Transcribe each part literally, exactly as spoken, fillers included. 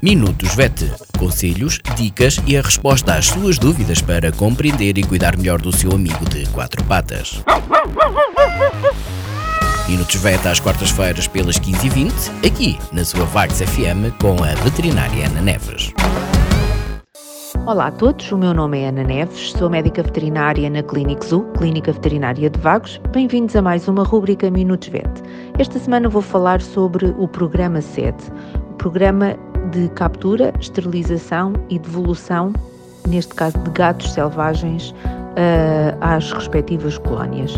Minutos VET. Conselhos, dicas e a resposta às suas dúvidas para compreender e cuidar melhor do seu amigo de quatro patas. Minutos VET às quartas-feiras pelas quinze e vinte, aqui na sua Vagos F M com a veterinária Ana Neves. Olá a todos, o meu nome é Ana Neves, sou médica veterinária na Clínica Zoo, Clínica Veterinária de Vagos. Bem-vindos a mais uma rúbrica Minutos VET. Esta semana vou falar sobre o programa sete, o programa de captura, esterilização e devolução, neste caso de gatos selvagens, uh, às respectivas colónias.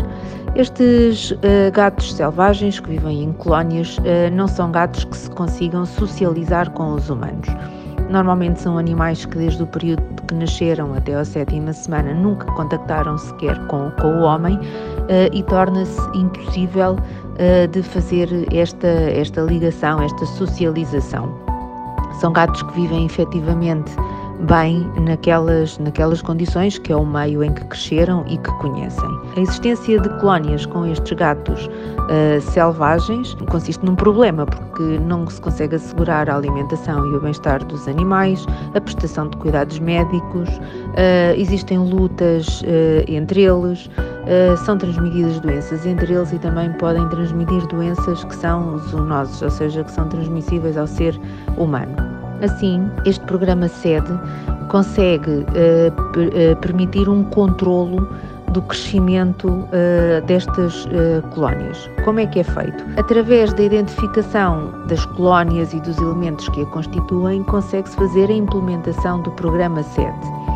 Estes uh, gatos selvagens que vivem em colónias uh, não são gatos que se consigam socializar com os humanos. Normalmente são animais que desde o período de que nasceram até a sétima semana nunca contactaram sequer com, com o homem uh, e torna-se impossível uh, de fazer esta, esta ligação, esta socialização. São gatos que vivem efetivamente bem naquelas, naquelas condições que é o meio em que cresceram e que conhecem. A existência de colónias com estes gatos uh, selvagens consiste num problema, porque não se consegue assegurar a alimentação e o bem-estar dos animais, a prestação de cuidados médicos, uh, existem lutas uh, entre eles, uh, são transmitidas doenças entre eles e também podem transmitir doenças que são zoonoses, ou seja, que são transmissíveis ao ser humano. Assim, este programa sede consegue uh, per, uh, permitir um controlo do crescimento uh, destas uh, colónias. Como é que é feito? Através da identificação das colónias e dos elementos que a constituem, consegue-se fazer a implementação do programa sede.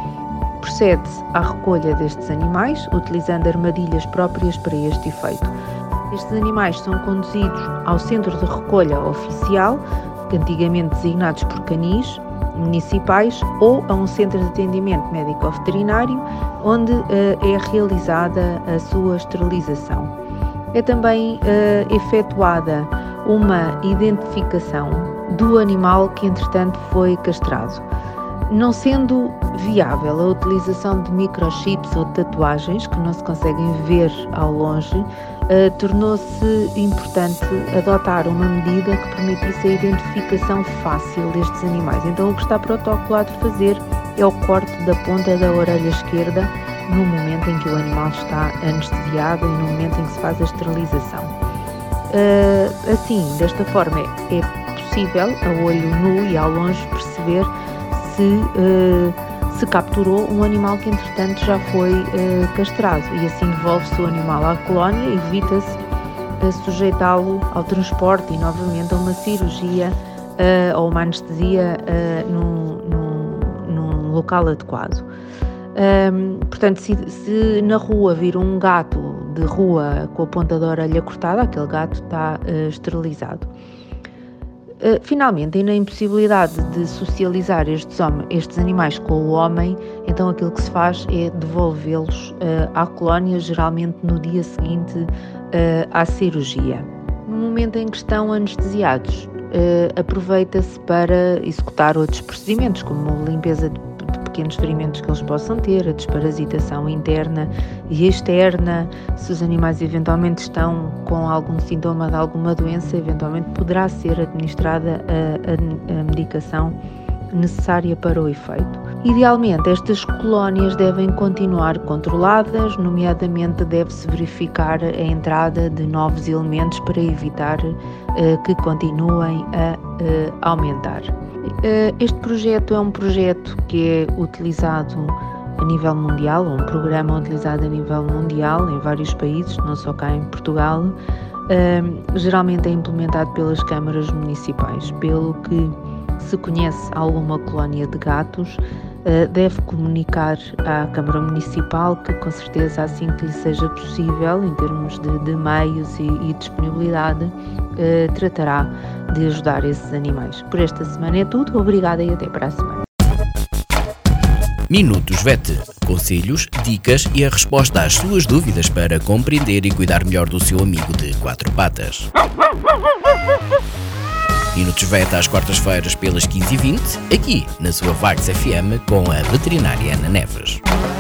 Procede-se à recolha destes animais, utilizando armadilhas próprias para este efeito. Estes animais são conduzidos ao centro de recolha oficial, antigamente designados por canis municipais, ou a um centro de atendimento médico-veterinário, onde uh, é realizada a sua esterilização. É também uh, efetuada uma identificação do animal que, entretanto, foi castrado. Não sendo viável a utilização de microchips ou de tatuagens, que não se conseguem ver ao longe, uh, tornou-se importante adotar uma medida que permitisse a identificação fácil destes animais. Então, o que está protocolado fazer é o corte da ponta da orelha esquerda no momento em que o animal está anestesiado e no momento em que se faz a esterilização. Uh, assim, desta forma, é possível, a olho nu e ao longe, perceber se uh, se capturou um animal que entretanto já foi uh, castrado, e assim devolve-se o animal à colónia e evita-se uh, sujeitá-lo ao transporte e novamente a uma cirurgia uh, ou uma anestesia uh, num, num, num local adequado. Um, portanto, se, se na rua vir um gato de rua com a ponta da orelha cortada, aquele gato está uh, esterilizado. Uh, finalmente, e na impossibilidade de socializar estes, homens, estes animais com o homem, então aquilo que se faz é devolvê-los uh, à colónia, geralmente no dia seguinte uh, à cirurgia. No momento em que estão anestesiados, uh, aproveita-se para executar outros procedimentos, como a limpeza de pequenos ferimentos que eles possam ter, a desparasitação interna e externa. Se os animais eventualmente estão com algum sintoma de alguma doença, eventualmente poderá ser administrada a, a, a medicação necessária para o efeito. Idealmente, estas colónias devem continuar controladas, nomeadamente deve-se verificar a entrada de novos elementos para evitar uh, que continuem a uh, aumentar. Uh, este projeto é um projeto que é utilizado a nível mundial, um programa utilizado a nível mundial em vários países, não só cá em Portugal. Uh, geralmente é implementado pelas câmaras municipais. Pelo que se conhece alguma colónia de gatos, uh, deve comunicar à Câmara Municipal que, com certeza, assim que lhe seja possível, em termos de, de meios e, e disponibilidade, uh, tratará de ajudar esses animais. Por esta semana é tudo. Obrigada e até para a semana. Minutos VET. Conselhos, dicas e a resposta às suas dúvidas para compreender e cuidar melhor do seu amigo de quatro patas. Minutos VET às quartas-feiras pelas quinze e vinte, aqui na sua Vagos F M com a veterinária Ana Neves.